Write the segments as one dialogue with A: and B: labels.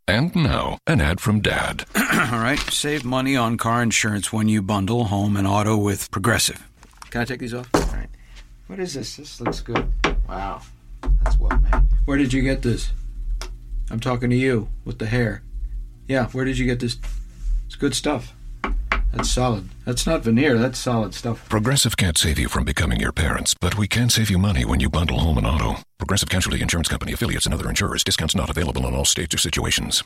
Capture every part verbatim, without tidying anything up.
A: And now, an ad from Dad.
B: All right, save money on car insurance when you bundle home and auto with Progressive. Can I take these off? All right. What is this? This looks good. Wow, that's well made. Where did you get this? I'm talking to you with the hair. Yeah, where did you get this? It's good stuff. That's solid. That's not veneer, that's solid stuff.
A: Progressive can't save you from becoming your parents, but we can save you money when you bundle home and auto. Progressive Casualty Insurance Company, affiliates, and other insurers. Discounts not available in all states or situations.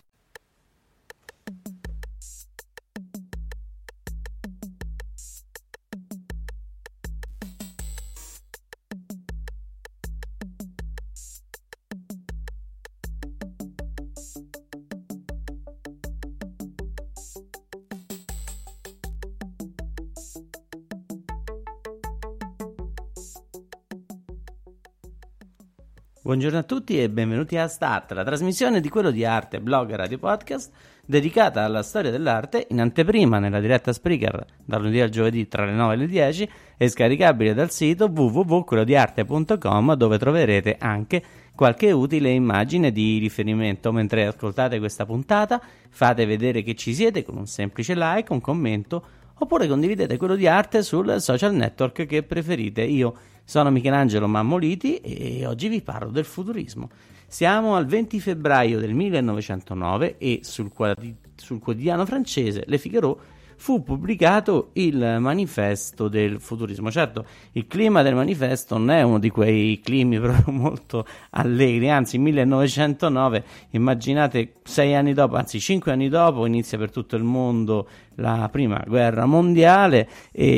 C: Buongiorno a tutti e benvenuti a Start, la trasmissione di Quello di Arte, blog e radio podcast dedicata alla storia dell'arte, in anteprima nella diretta Spreaker dal lunedì al giovedì tra le nove e le dieci e scaricabile dal sito w w w punto quello di arte punto com, dove troverete anche qualche utile immagine di riferimento. Mentre ascoltate questa puntata, fate vedere che ci siete con un semplice like, un commento, oppure condividete Quello di Arte sul social network che preferite. Io sono Michelangelo Mammoliti e oggi vi parlo del futurismo. Siamo al venti febbraio del millenovecentonove e sul, quadri- sul quotidiano francese Le Figaro fu pubblicato il manifesto del futurismo. Certo, il clima del manifesto non è uno di quei climi proprio molto allegri, anzi millenovecentonove, immaginate sei anni dopo, anzi cinque anni dopo, inizia per tutto il mondo la prima guerra mondiale e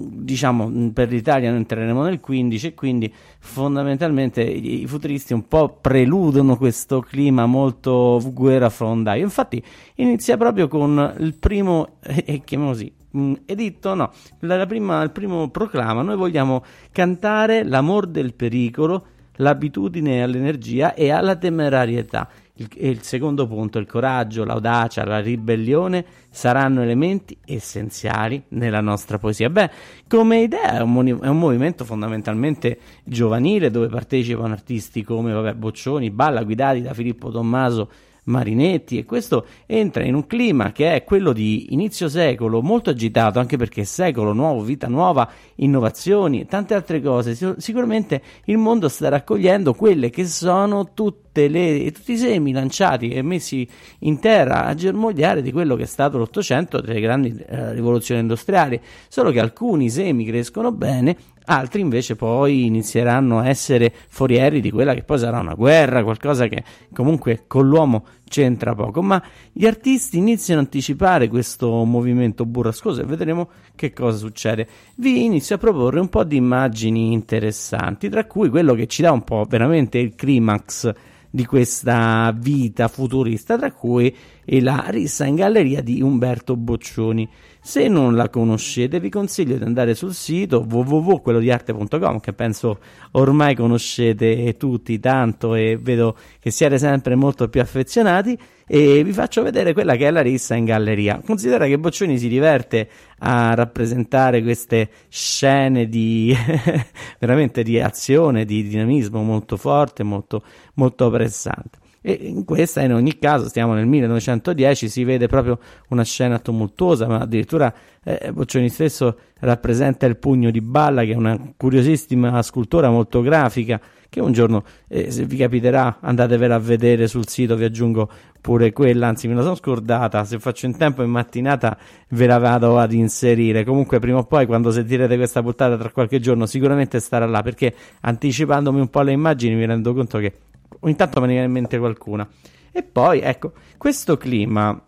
C: diciamo per l'Italia noi entreremo nel quindici e quindi fondamentalmente i futuristi un po' preludono questo clima molto guerrafrondaio. Infatti inizia proprio con il primo, eh, chiamiamolo così, editto, no, la, la prima, il primo proclama: noi vogliamo cantare l'amor del pericolo, l'abitudine all'energia e alla temerarietà. Il, il secondo punto, il coraggio, l'audacia, la ribellione saranno elementi essenziali nella nostra poesia. Beh, come idea è un, moni- è un movimento fondamentalmente giovanile dove partecipano artisti come vabbè, Boccioni, Balla, guidati da Filippo Tommaso Marinetti, e questo entra in un clima che è quello di inizio secolo molto agitato, anche perché secolo nuovo, vita nuova, innovazioni e tante altre cose. Sicuramente il mondo sta raccogliendo quelle che sono tutte le, tutti i semi lanciati e messi in terra a germogliare di quello che è stato l'Ottocento, delle grandi eh, rivoluzioni industriali, solo che alcuni semi crescono bene, altri invece poi inizieranno a essere forieri di quella che poi sarà una guerra, qualcosa che comunque con l'uomo c'entra poco. Ma gli artisti iniziano a anticipare questo movimento burrascoso e vedremo che cosa succede. Vi inizio a proporre un po' di immagini interessanti, tra cui quello che ci dà un po' veramente il climax di questa vita futurista, tra cui la rissa in galleria di Umberto Boccioni. Se non la conoscete vi consiglio di andare sul sito w w w punto quello di arte punto com, che penso ormai conoscete tutti tanto e vedo che siete sempre molto più affezionati, e vi faccio vedere quella che è la rissa in galleria. Considera che Boccioni si diverte a rappresentare queste scene di veramente di azione, di dinamismo molto forte, molto, molto pressante. E in questa, in ogni caso, stiamo nel millenovecentodieci, si vede proprio una scena tumultuosa, ma addirittura eh, Boccioni stesso rappresenta il pugno di Balla, che è una curiosissima scultura molto grafica, che un giorno, eh, se vi capiterà, andatevela a vedere sul sito, vi aggiungo pure quella, anzi me la sono scordata, se faccio in tempo in mattinata ve la vado ad inserire. Comunque prima o poi, quando sentirete questa puntata tra qualche giorno, sicuramente starà là, perché anticipandomi un po' le immagini mi rendo conto che ogni tanto me ne viene in mente qualcuna. E poi ecco, questo clima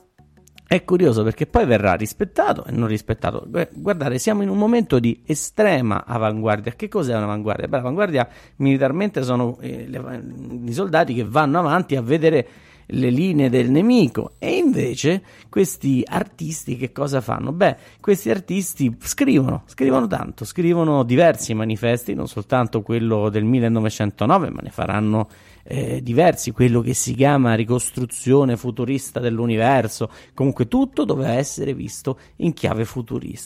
C: è curioso perché poi verrà rispettato e non rispettato. Guardate, siamo in un momento di estrema avanguardia. Che cos'è un'avanguardia? Beh, l'avanguardia militarmente sono eh, le, i soldati che vanno avanti a vedere le linee del nemico, e invece questi artisti che cosa fanno? Beh, questi artisti scrivono, scrivono tanto, scrivono diversi manifesti, non soltanto quello del millenovecentonove, ma ne faranno eh, diversi, quello che si chiama ricostruzione futurista dell'universo, comunque tutto doveva essere visto in chiave futurista.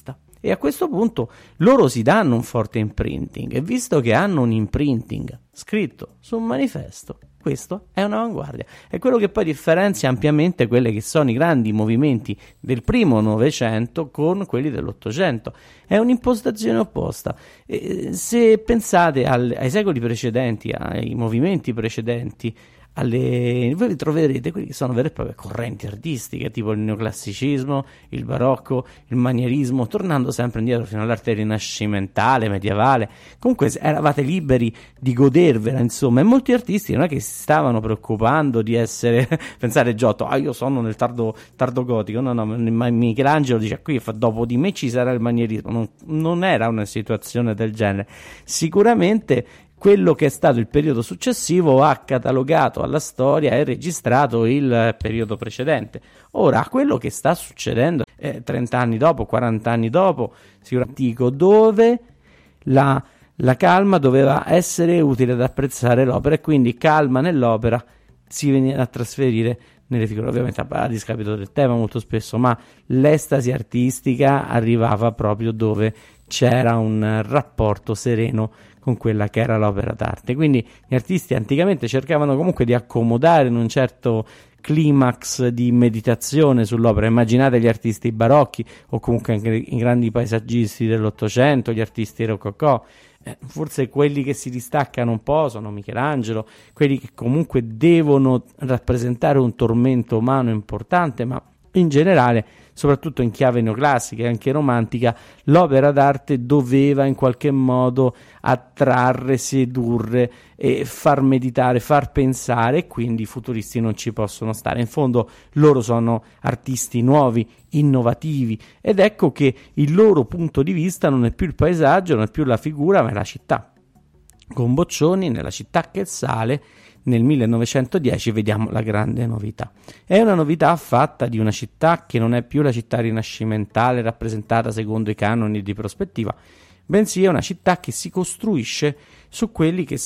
C: E a questo punto loro si danno un forte imprinting, e visto che hanno un imprinting scritto su un manifesto, questo è un'avanguardia, è quello che poi differenzia ampiamente quelli che sono i grandi movimenti del primo Novecento con quelli dell'Ottocento. È un'impostazione opposta. E se pensate al, ai secoli precedenti, ai movimenti precedenti, alle, voi vi troverete quelli che sono vere e proprie correnti artistiche, tipo il neoclassicismo, il barocco, il manierismo, tornando sempre indietro fino all'arte rinascimentale, medievale. Comunque eravate liberi di godervela, insomma, e molti artisti non è che si stavano preoccupando di essere, pensare Giotto, ah io sono nel tardo, tardo gotico, no no, Michelangelo dice qui dopo di me ci sarà il manierismo, non, non era una situazione del genere. Sicuramente quello che è stato il periodo successivo ha catalogato alla storia e registrato il periodo precedente. Ora, quello che sta succedendo eh, trenta anni dopo, quaranta anni dopo, sicuramente dove la, la calma doveva essere utile ad apprezzare l'opera, e quindi calma nell'opera si veniva a trasferire nelle figure, ovviamente a discapito del tema molto spesso, ma l'estasi artistica arrivava proprio dove c'era un rapporto sereno con quella che era l'opera d'arte. Quindi gli artisti anticamente cercavano comunque di accomodare in un certo climax di meditazione sull'opera. Immaginate gli artisti barocchi o comunque anche i grandi paesaggisti dell'Ottocento, gli artisti rococò. Eh, forse quelli che si distaccano un po' sono Michelangelo, quelli che comunque devono rappresentare un tormento umano importante, ma in generale, soprattutto in chiave neoclassica e anche romantica, l'opera d'arte doveva in qualche modo attrarre, sedurre e far meditare, far pensare, e quindi i futuristi non ci possono stare. In fondo loro sono artisti nuovi, innovativi, ed ecco che il loro punto di vista non è più il paesaggio, non è più la figura, ma è la città. Con Boccioni, Nella città che sale, nel millenovecentodieci vediamo la grande novità. È una novità fatta di una città che non è più la città rinascimentale rappresentata secondo i canoni di prospettiva, bensì è una città che si costruisce su quelli che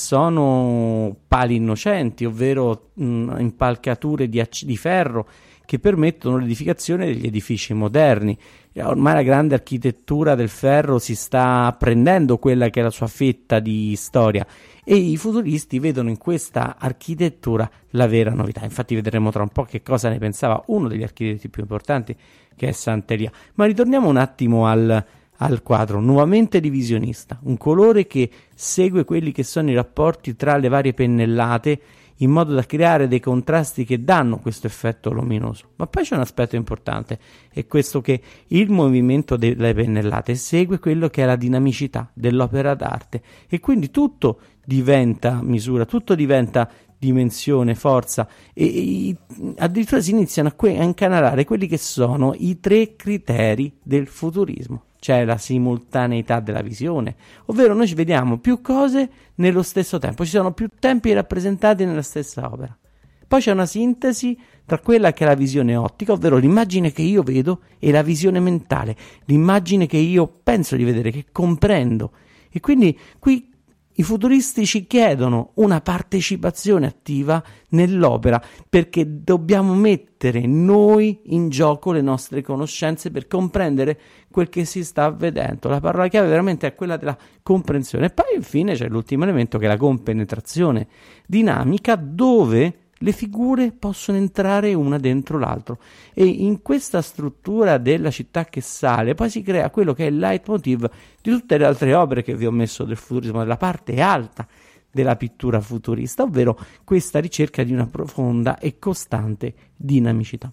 C: sono pali innocenti, ovvero mh, impalcature di, ac- di ferro che permettono l'edificazione degli edifici moderni. Ormai la grande architettura del ferro si sta prendendo quella che è la sua fetta di storia, e i futuristi vedono in questa architettura la vera novità. Infatti vedremo tra un po' che cosa ne pensava uno degli architetti più importanti, che è Santelia. Ma ritorniamo un attimo al, al quadro, nuovamente divisionista, un colore che segue quelli che sono i rapporti tra le varie pennellate, in modo da creare dei contrasti che danno questo effetto luminoso. Ma poi c'è un aspetto importante, è questo che il movimento delle pennellate segue quello che è la dinamicità dell'opera d'arte, e quindi tutto diventa misura, tutto diventa dimensione, forza, e, e addirittura si iniziano a, que- a incanalare quelli che sono i tre criteri del futurismo. C'è la simultaneità della visione, ovvero noi ci vediamo più cose nello stesso tempo, ci sono più tempi rappresentati nella stessa opera. Poi c'è una sintesi tra quella che è la visione ottica, ovvero l'immagine che io vedo, e la visione mentale, l'immagine che io penso di vedere, che comprendo. E quindi qui i futuristi ci chiedono una partecipazione attiva nell'opera, perché dobbiamo mettere noi in gioco le nostre conoscenze per comprendere quel che si sta vedendo. La parola chiave veramente è quella della comprensione. E poi infine c'è l'ultimo elemento, che è la compenetrazione dinamica, dove le figure possono entrare una dentro l'altro, e in questa struttura della città che sale poi si crea quello che è il leitmotiv di tutte le altre opere che vi ho messo del futurismo, della parte alta della pittura futurista, ovvero questa ricerca di una profonda e costante dinamicità.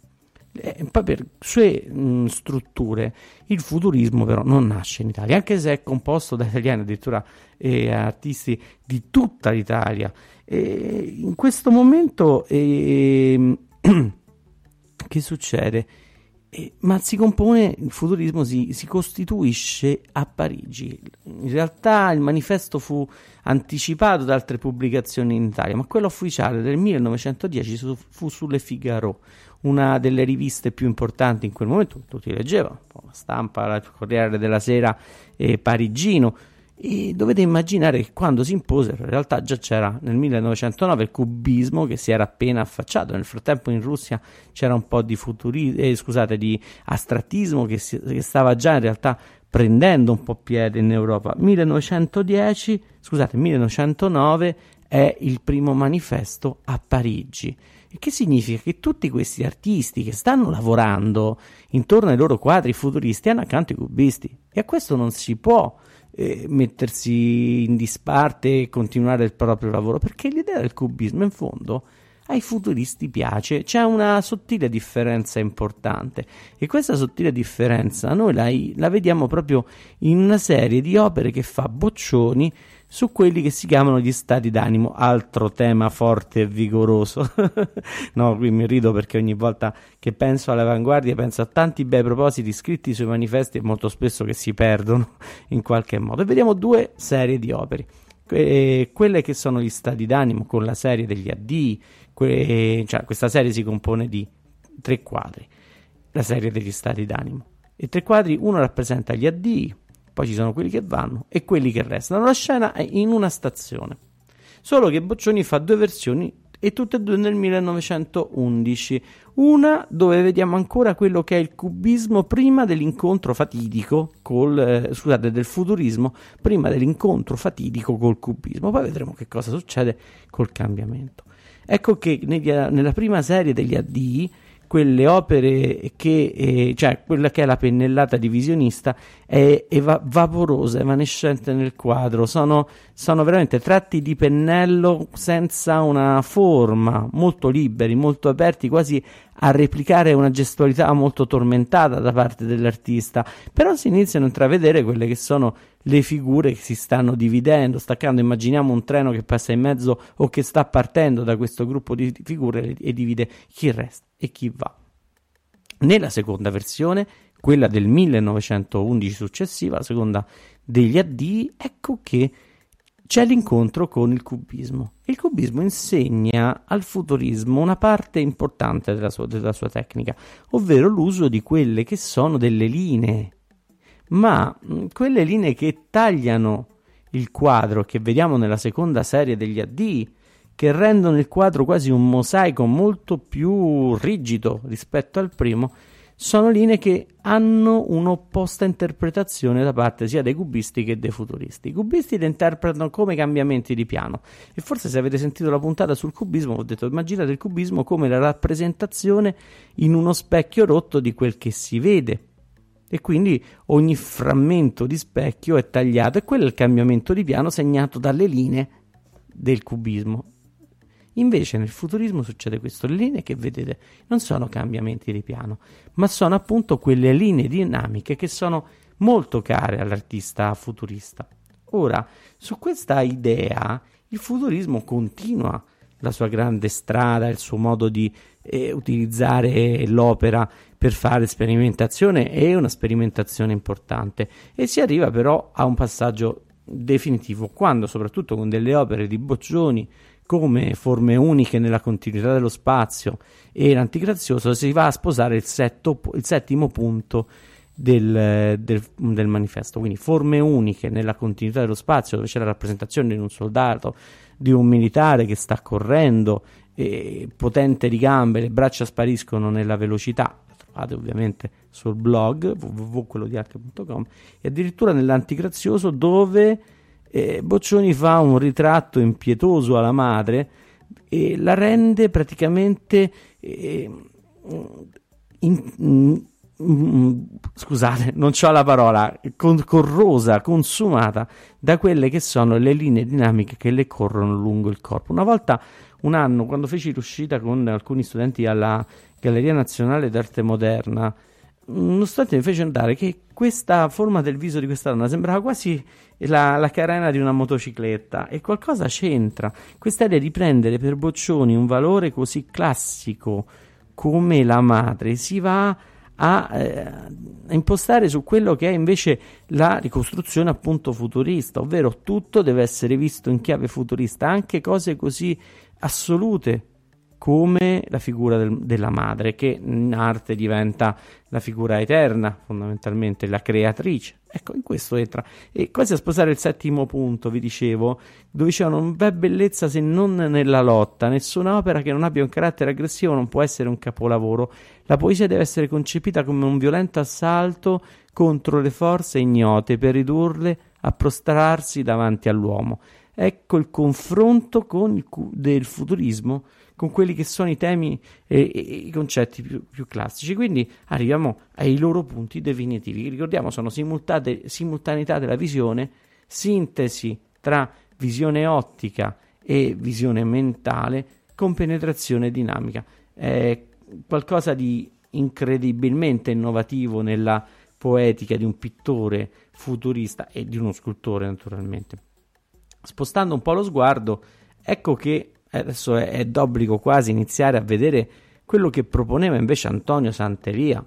C: E poi per sue mh, strutture il futurismo però non nasce in Italia, anche se è composto da italiani, addirittura eh, artisti di tutta l'Italia. E in questo momento eh, che succede? Eh, ma si compone, il futurismo si, si costituisce a Parigi. In realtà il manifesto fu anticipato da altre pubblicazioni in Italia, ma quello ufficiale del millenovecentodieci su, fu sulle Figaro, una delle riviste più importanti in quel momento, tutti leggevano, la Stampa, il Corriere della Sera eh, parigino. E dovete immaginare che quando si impose, in realtà già c'era nel millenovecentonove il cubismo che si era appena affacciato. Nel frattempo in Russia c'era un po' di futurismo, eh, scusate, di astrattismo che, si, che stava già in realtà prendendo un po' piede in Europa. millenovecentodieci, scusate, millenovecentonove è il primo manifesto a Parigi. Il che significa che tutti questi artisti che stanno lavorando intorno ai loro quadri futuristi hanno accanto i cubisti, e a questo non si può eh, mettersi in disparte e continuare il proprio lavoro, perché l'idea del cubismo in fondo ai futuristi piace. C'è una sottile differenza importante, e questa sottile differenza noi la, la vediamo proprio in una serie di opere che fa Boccioni su quelli che si chiamano gli stati d'animo, altro tema forte e vigoroso. No, qui mi rido perché ogni volta che penso all'avanguardia penso a tanti bei propositi scritti sui manifesti e molto spesso che si perdono in qualche modo. E vediamo due serie di opere, que- quelle che sono gli stati d'animo con la serie degli addii, que- cioè questa serie si compone di tre quadri, la serie degli stati d'animo, e tre quadri, uno rappresenta gli addii, poi ci sono quelli che vanno e quelli che restano. La scena è in una stazione, solo che Boccioni fa due versioni e tutte e due nel millenovecentoundici. Una dove vediamo ancora quello che è il cubismo prima dell'incontro fatidico col eh, scusate del futurismo prima dell'incontro fatidico col cubismo. Poi vedremo che cosa succede col cambiamento. Ecco che negli, nella prima serie degli addii, quelle opere che, eh, cioè quella che è la pennellata divisionista è eva- vaporosa, evanescente nel quadro, sono, sono veramente tratti di pennello senza una forma, molto liberi, molto aperti, quasi a replicare una gestualità molto tormentata da parte dell'artista, però si iniziano a intravedere quelle che sono le figure che si stanno dividendo, staccando. Immaginiamo un treno che passa in mezzo o che sta partendo da questo gruppo di figure e divide chi resta e chi va. Nella seconda versione, quella del millenovecentoundici successiva, la seconda degli addii, ecco che c'è l'incontro con il cubismo. Il cubismo insegna al futurismo una parte importante della sua, della sua tecnica, ovvero l'uso di quelle che sono delle linee, ma quelle linee che tagliano il quadro, che vediamo nella seconda serie degli addii, che rendono il quadro quasi un mosaico molto più rigido rispetto al primo, sono linee che hanno un'opposta interpretazione da parte sia dei cubisti che dei futuristi. I cubisti le interpretano come cambiamenti di piano, e forse se avete sentito la puntata sul cubismo ho detto immaginate il cubismo come la rappresentazione in uno specchio rotto di quel che si vede, e quindi ogni frammento di specchio è tagliato, e quello è il cambiamento di piano segnato dalle linee del cubismo. Invece nel futurismo succede questo: le linee che vedete non sono cambiamenti di piano, ma sono appunto quelle linee dinamiche che sono molto care all'artista futurista. Ora, su questa idea il futurismo continua la sua grande strada, il suo modo di eh, utilizzare l'opera per fare sperimentazione, è una sperimentazione importante, e si arriva però a un passaggio definitivo quando, soprattutto con delle opere di Boccioni come Forme uniche nella continuità dello spazio e l'Antigrazioso, si va a sposare il, setto, il settimo punto del, del, del manifesto, quindi forme uniche nella continuità dello spazio, dove c'è la rappresentazione di un soldato, di un militare che sta correndo, e potente di gambe, le braccia spariscono nella velocità. Lo trovate ovviamente sul blog w w w punto quello di arche punto com, e addirittura nell'Antigrazioso, dove Eh, Boccioni fa un ritratto impietoso alla madre e la rende praticamente eh, in, in, in, scusate, non c'ho la parola, con, corrosa, consumata da quelle che sono le linee dinamiche che le corrono lungo il corpo. Una volta, un anno, quando feci l'uscita con alcuni studenti alla Galleria Nazionale d'Arte Moderna, uno studente mi fece notare che questa forma del viso di questa donna sembrava quasi la, la carena di una motocicletta, e qualcosa c'entra. Questa idea di prendere per Boccioni un valore così classico come la madre si va a, eh, a impostare su quello che è invece la ricostruzione appunto futurista, ovvero tutto deve essere visto in chiave futurista, anche cose così assolute come la figura del, della madre, che in arte diventa la figura eterna, fondamentalmente la creatrice. Ecco, in questo entra. E quasi a sposare il settimo punto, vi dicevo, dove diceva non v'è bellezza se non nella lotta, nessuna opera che non abbia un carattere aggressivo non può essere un capolavoro. La poesia deve essere concepita come un violento assalto contro le forze ignote per ridurle a prostrarsi davanti all'uomo. Ecco il confronto con il cu- del futurismo con quelli che sono i temi e, e i concetti più, più classici. Quindi arriviamo ai loro punti definitivi, che ricordiamo sono simultate, simultaneità della visione, sintesi tra visione ottica e visione mentale, con penetrazione dinamica. È qualcosa di incredibilmente innovativo nella poetica di un pittore futurista e di uno scultore, naturalmente. Spostando un po' lo sguardo, ecco che adesso è, è d'obbligo quasi iniziare a vedere quello che proponeva invece Antonio Santelia,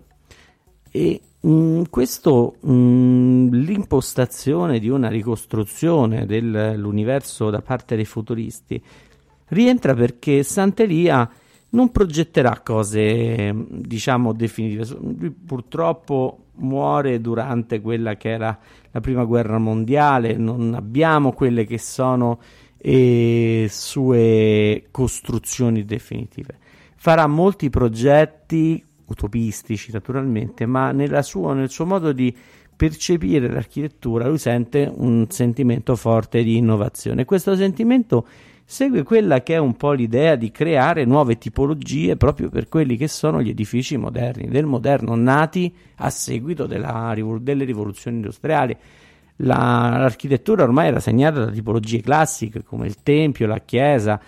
C: e in questo mh, l'impostazione di una ricostruzione dell'universo da parte dei futuristi rientra perché Santelia non progetterà cose, diciamo, definitive. Lui purtroppo muore durante quella che era la prima guerra mondiale, non abbiamo quelle che sono e sue costruzioni definitive. Farà molti progetti utopistici, naturalmente, ma nella sua, nel suo modo di percepire l'architettura lui sente un sentimento forte di innovazione. Questo sentimento segue quella che è un po' l'idea di creare nuove tipologie proprio per quelli che sono gli edifici moderni, del moderno, nati a seguito della, delle rivoluzioni industriali. La, l'architettura ormai era segnata da tipologie classiche come il tempio, la chiesa,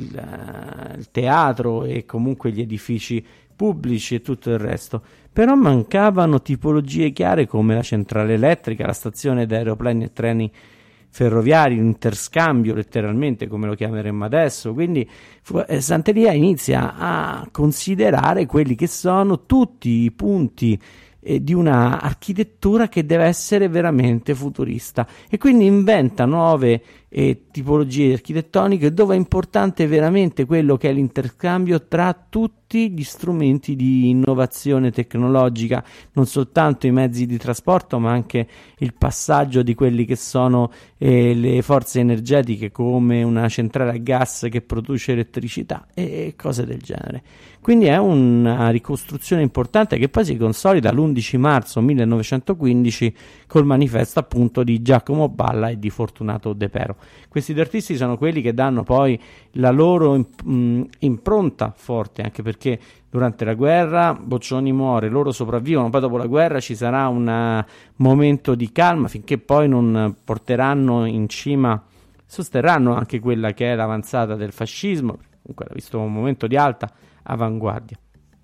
C: il, il teatro e comunque gli edifici pubblici e tutto il resto, però mancavano tipologie chiare come la centrale elettrica, la stazione d'aeroplani e treni ferroviari, l'interscambio letteralmente come lo chiameremmo adesso. Quindi eh, Santelia inizia a considerare quelli che sono tutti i punti eh, di una architettura che deve essere veramente futurista, e quindi inventa nuove eh, tipologie architettoniche dove è importante veramente quello che è l'interscambio tra tutti gli strumenti di innovazione tecnologica, non soltanto i mezzi di trasporto ma anche il passaggio di quelli che sono eh, le forze energetiche come una centrale a gas che produce elettricità e cose del genere. Quindi è una ricostruzione importante che poi si consolida l'undici marzo millenovecentoquindici col manifesto appunto di Giacomo Balla e di Fortunato De Pero. Questi due artisti sono quelli che danno poi la loro imp- mh, impronta forte, anche perché durante la guerra Boccioni muore, loro sopravvivono, poi dopo la guerra ci sarà un momento di calma finché poi non porteranno in cima, sosterranno anche quella che è l'avanzata del fascismo, comunque era visto un momento di alta avanguardia.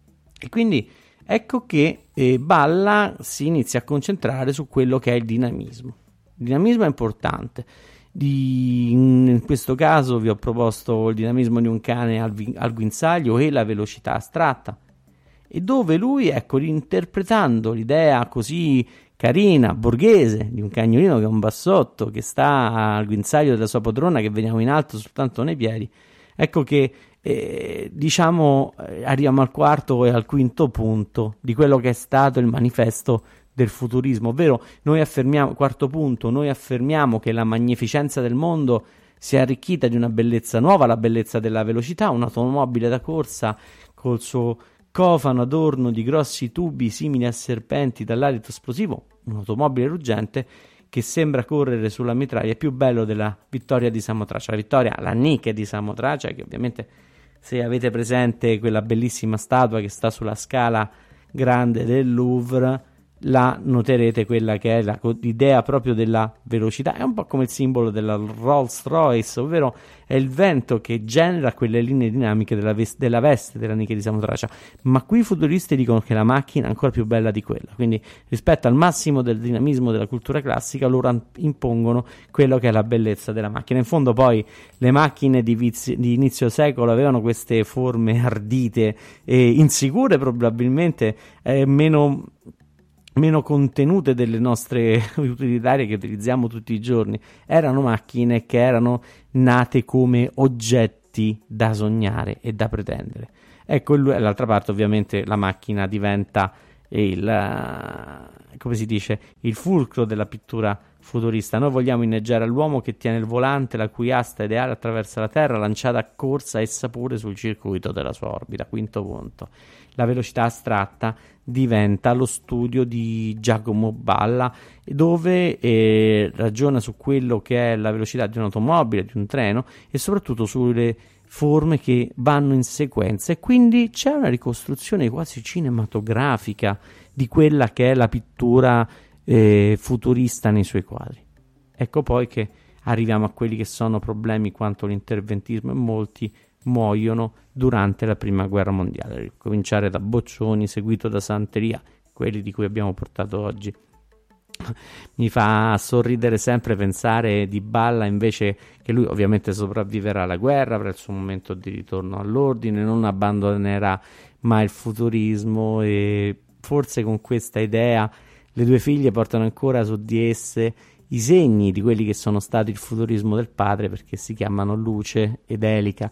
C: E quindi ecco che eh, Balla si inizia a concentrare su quello che è il dinamismo. Il dinamismo è importante. Di, in questo caso vi ho proposto il dinamismo di un cane al, vi, al guinzaglio e la velocità astratta, e dove lui, ecco, interpretando l'idea così carina, borghese, di un cagnolino che è un bassotto che sta al guinzaglio della sua padrona, che veniamo in alto soltanto nei piedi, ecco che eh, diciamo eh, arriviamo al quarto e al quinto punto di quello che è stato il manifesto del futurismo, ovvero noi affermiamo, quarto punto, noi affermiamo che la magnificenza del mondo si è arricchita di una bellezza nuova, la bellezza della velocità, un'automobile da corsa col suo cofano adorno di grossi tubi simili a serpenti dall'alito esplosivo, un'automobile ruggente che sembra correre sulla mitraglia, è più bello della vittoria di Samotracia, la vittoria, la Nike di Samotracia, che ovviamente, se avete presente quella bellissima statua che sta sulla scala grande del Louvre, la noterete, quella che è la, l'idea proprio della velocità. È un po' come il simbolo della Rolls Royce, ovvero è il vento che genera quelle linee dinamiche della, ves- della veste della Nike di Samotracia, ma qui i futuristi dicono che la macchina è ancora più bella di quella, quindi rispetto al massimo del dinamismo della cultura classica loro an- impongono quello che è la bellezza della macchina. In fondo poi le macchine di, viz- di inizio secolo avevano queste forme ardite e insicure, probabilmente eh, meno meno contenute delle nostre utilitarie che utilizziamo tutti i giorni. Erano macchine che erano nate come oggetti tutti da sognare e da pretendere. Ecco, l'altra parte ovviamente la macchina diventa il, come si dice, il fulcro della pittura futurista. Noi vogliamo inneggiare all'uomo che tiene il volante, la cui asta ideale attraversa la Terra, lanciata a corsa essa pure sul circuito della sua orbita. Quinto punto. La velocità astratta diventa lo studio di Giacomo Balla, dove eh, ragiona su quello che è la velocità di un'automobile, di un treno, e soprattutto sulle forme che vanno in sequenza, e quindi c'è una ricostruzione quasi cinematografica di quella che è la pittura eh, futurista nei suoi quadri. Ecco poi che arriviamo a quelli che sono problemi quanto l'interventismo, e molti muoiono durante la prima guerra mondiale, a cominciare da Boccioni, seguito da Santeria, quelli di cui abbiamo portato oggi. Mi fa sorridere sempre pensare di Balla invece che lui ovviamente sopravviverà alla guerra, avrà il suo momento di ritorno all'ordine, non abbandonerà mai il futurismo, e forse con questa idea le due figlie portano ancora su di esse i segni di quelli che sono stati il futurismo del padre, perché si chiamano Luce ed Elica,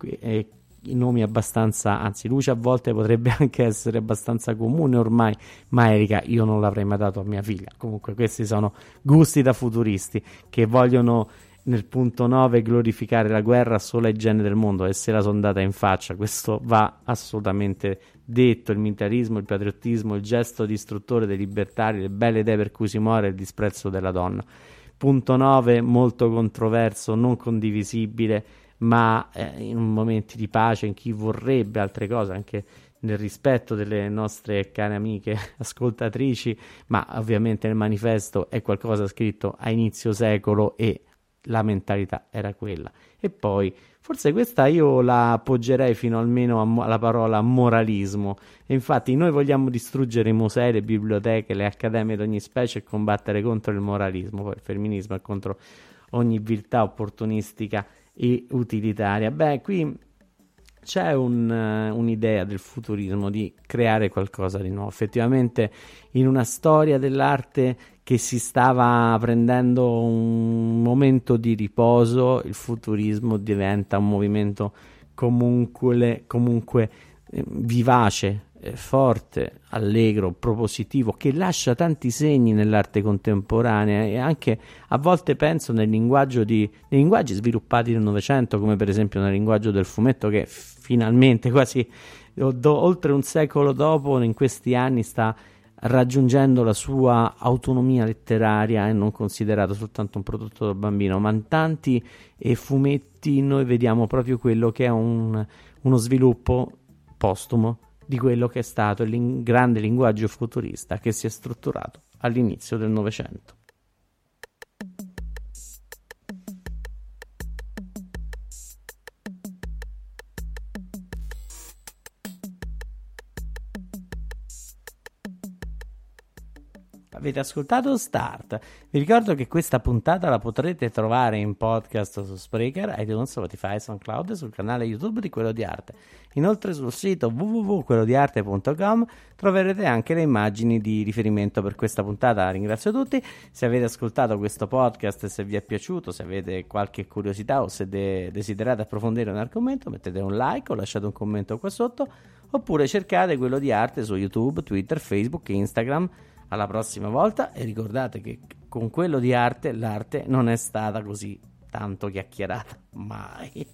C: e i nomi abbastanza, anzi Luce a volte potrebbe anche essere abbastanza comune ormai, ma Elica io non l'avrei mai dato a mia figlia. Comunque questi sono gusti da futuristi che vogliono nel punto nove glorificare la guerra solo ai geni del mondo, e se la sono data in faccia, questo va assolutamente detto. Il militarismo, il patriottismo, il gesto distruttore dei libertari, le belle idee per cui si muore, il disprezzo della donna. Punto nove, molto controverso, non condivisibile, ma eh, in momenti di pace, in chi vorrebbe altre cose, anche nel rispetto delle nostre care amiche ascoltatrici, ma ovviamente nel manifesto è qualcosa scritto a inizio secolo e la mentalità era quella. E poi forse questa io la appoggerei fino almeno a, alla parola moralismo, e infatti noi vogliamo distruggere i musei, le biblioteche, le accademie di ogni specie e combattere contro il moralismo. Poi il femminismo è contro ogni viltà opportunistica e utilitaria. Beh, qui c'è un, uh, un'idea del futurismo di creare qualcosa di nuovo. Effettivamente in una storia dell'arte che si stava prendendo un momento di riposo, il futurismo diventa un movimento comunque, comunque eh, vivace, eh, forte, allegro, propositivo, che lascia tanti segni nell'arte contemporanea, e anche a volte penso nel linguaggio di, nei linguaggi sviluppati nel Novecento, come per esempio nel linguaggio del fumetto, che finalmente quasi do, oltre un secolo dopo, in questi anni sta raggiungendo la sua autonomia letteraria e non considerato soltanto un prodotto del bambino, ma in tanti e fumetti noi vediamo proprio quello che è un, uno sviluppo postumo di quello che è stato il ling- grande linguaggio futurista che si è strutturato all'inizio del Novecento. Avete ascoltato Start. Vi ricordo che questa puntata la potrete trovare in podcast su Spreaker, iTunes, Spotify, SoundCloud, sul canale YouTube di Quello di Arte. Inoltre sul sito w w w punto quello di arte punto com troverete anche le immagini di riferimento per questa puntata. Ringrazio tutti. Se avete ascoltato questo podcast, se vi è piaciuto, se avete qualche curiosità o se de- desiderate approfondire un argomento, mettete un like o lasciate un commento qua sotto, oppure cercate Quello di Arte su YouTube, Twitter, Facebook e Instagram. Alla prossima volta, e ricordate che con Quello di Arte l'arte non è stata così tanto chiacchierata mai.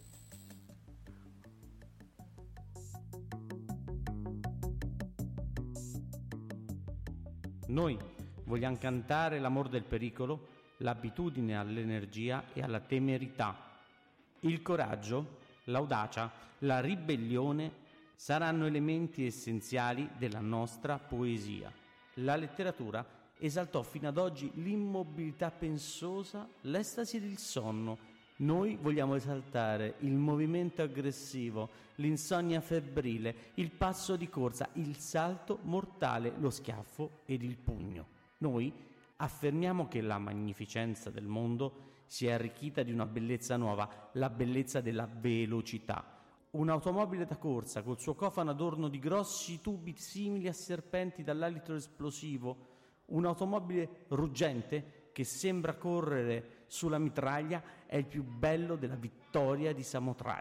C: Noi vogliamo cantare l'amor del pericolo, l'abitudine all'energia e alla temerità. Il coraggio, l'audacia, la ribellione saranno elementi essenziali della nostra poesia. La letteratura esaltò fino ad oggi l'immobilità pensosa, l'estasi del sonno. Noi vogliamo esaltare il movimento aggressivo, l'insonnia febbrile, il passo di corsa, il salto mortale, lo schiaffo ed il pugno. Noi affermiamo che la magnificenza del mondo si è arricchita di una bellezza nuova, la bellezza della velocità. Un'automobile da corsa col suo cofano adorno di grossi tubi simili a serpenti dall'alito esplosivo, un'automobile ruggente che sembra correre sulla mitraglia, è il più bello della vittoria di Samotracia.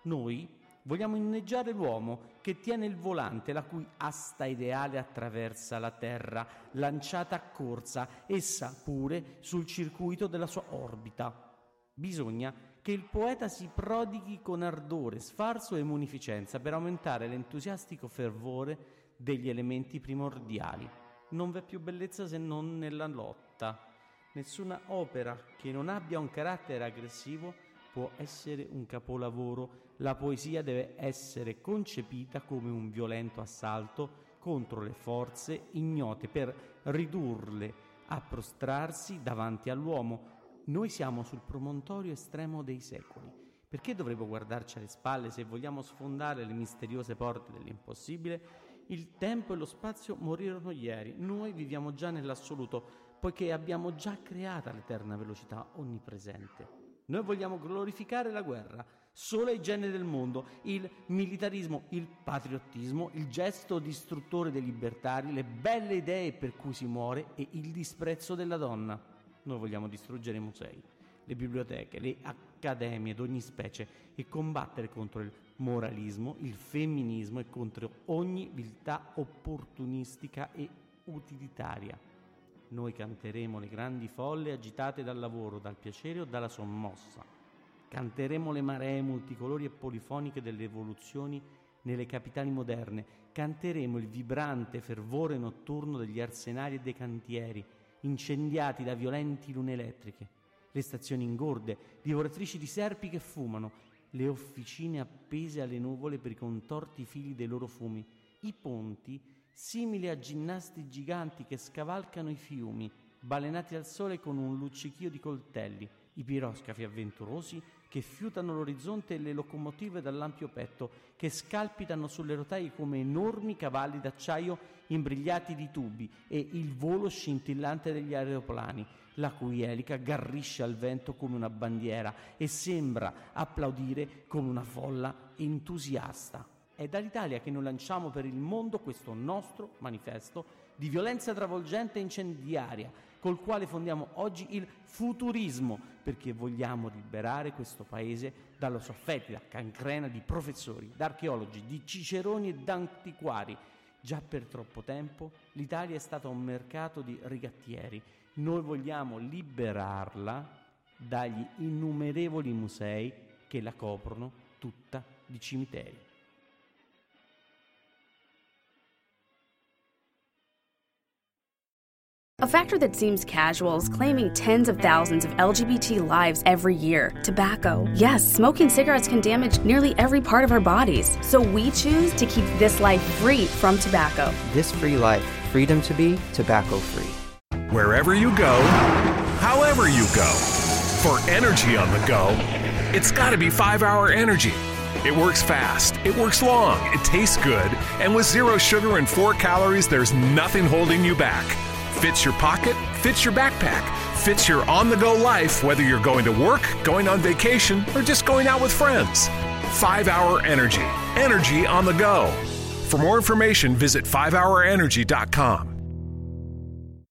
C: Noi vogliamo inneggiare l'uomo che tiene il volante, la cui asta ideale attraversa la Terra, lanciata a corsa, essa pure sul circuito della sua orbita. Bisogna che il poeta si prodighi con ardore, sfarzo e munificenza per aumentare l'entusiastico fervore degli elementi primordiali. Non v'è più bellezza se non nella lotta. Nessuna opera che non abbia un carattere aggressivo può essere un capolavoro. La poesia deve essere concepita come un violento assalto contro le forze ignote per ridurle a prostrarsi davanti all'uomo. Noi siamo sul promontorio estremo dei secoli. Perché dovremmo guardarci alle spalle se vogliamo sfondare le misteriose porte dell'impossibile? Il tempo e lo spazio morirono ieri. Noi viviamo già nell'assoluto, poiché abbiamo già creata l'eterna velocità onnipresente. Noi vogliamo glorificare la guerra, solo ai generi del mondo, il militarismo, il patriottismo, il gesto distruttore dei libertari, le belle idee per cui si muore e il disprezzo della donna. Noi vogliamo distruggere i musei, le biblioteche, le accademie d'ogni specie e combattere contro il moralismo, il femminismo e contro ogni viltà opportunistica e utilitaria. Noi canteremo le grandi folle agitate dal lavoro, dal piacere o dalla sommossa. Canteremo le maree multicolori e polifoniche delle evoluzioni nelle capitali moderne. Canteremo il vibrante fervore notturno degli arsenali e dei cantieri, incendiati da violenti lune elettriche. Le stazioni ingorde, divoratrici di serpi che fumano, le officine appese alle nuvole per i contorti fili dei loro fumi, i ponti simili a ginnasti giganti che scavalcano i fiumi, balenati al sole con un luccichio di coltelli, i piroscafi avventurosi che fiutano l'orizzonte e le locomotive dall'ampio petto, che scalpitano sulle rotaie come enormi cavalli d'acciaio imbrigliati di tubi, e il volo scintillante degli aeroplani, la cui elica garrisce al vento come una bandiera e sembra applaudire come una folla entusiasta. È dall'Italia che noi lanciamo per il mondo questo nostro manifesto di violenza travolgente e incendiaria, col quale fondiamo oggi il futurismo, perché vogliamo liberare questo paese dalla sua fetida cancrena di professori, d'archeologi, di ciceroni e d'antiquari. Già per troppo tempo l'Italia è stata un mercato di rigattieri. Noi vogliamo liberarla dagli innumerevoli musei che la coprono tutta di cimiteri.
D: A factor that seems casual is claiming tens of thousands of L G B T lives every year. Tobacco. Yes, smoking cigarettes can damage nearly every part of our bodies. So we choose to keep this life free from tobacco.
E: This free life, freedom to be tobacco free.
F: Wherever you go, however you go, for energy on the go, it's gotta be five hour Energy. It works fast, it works long, it tastes good, and with zero sugar and four calories, there's nothing holding you back. Fits your pocket, fits your backpack, fits your on-the-go life, whether you're going to work, going on vacation, or just going out with friends. five hour Energy. Energy on the go. For more information, visit five hour energy dot com.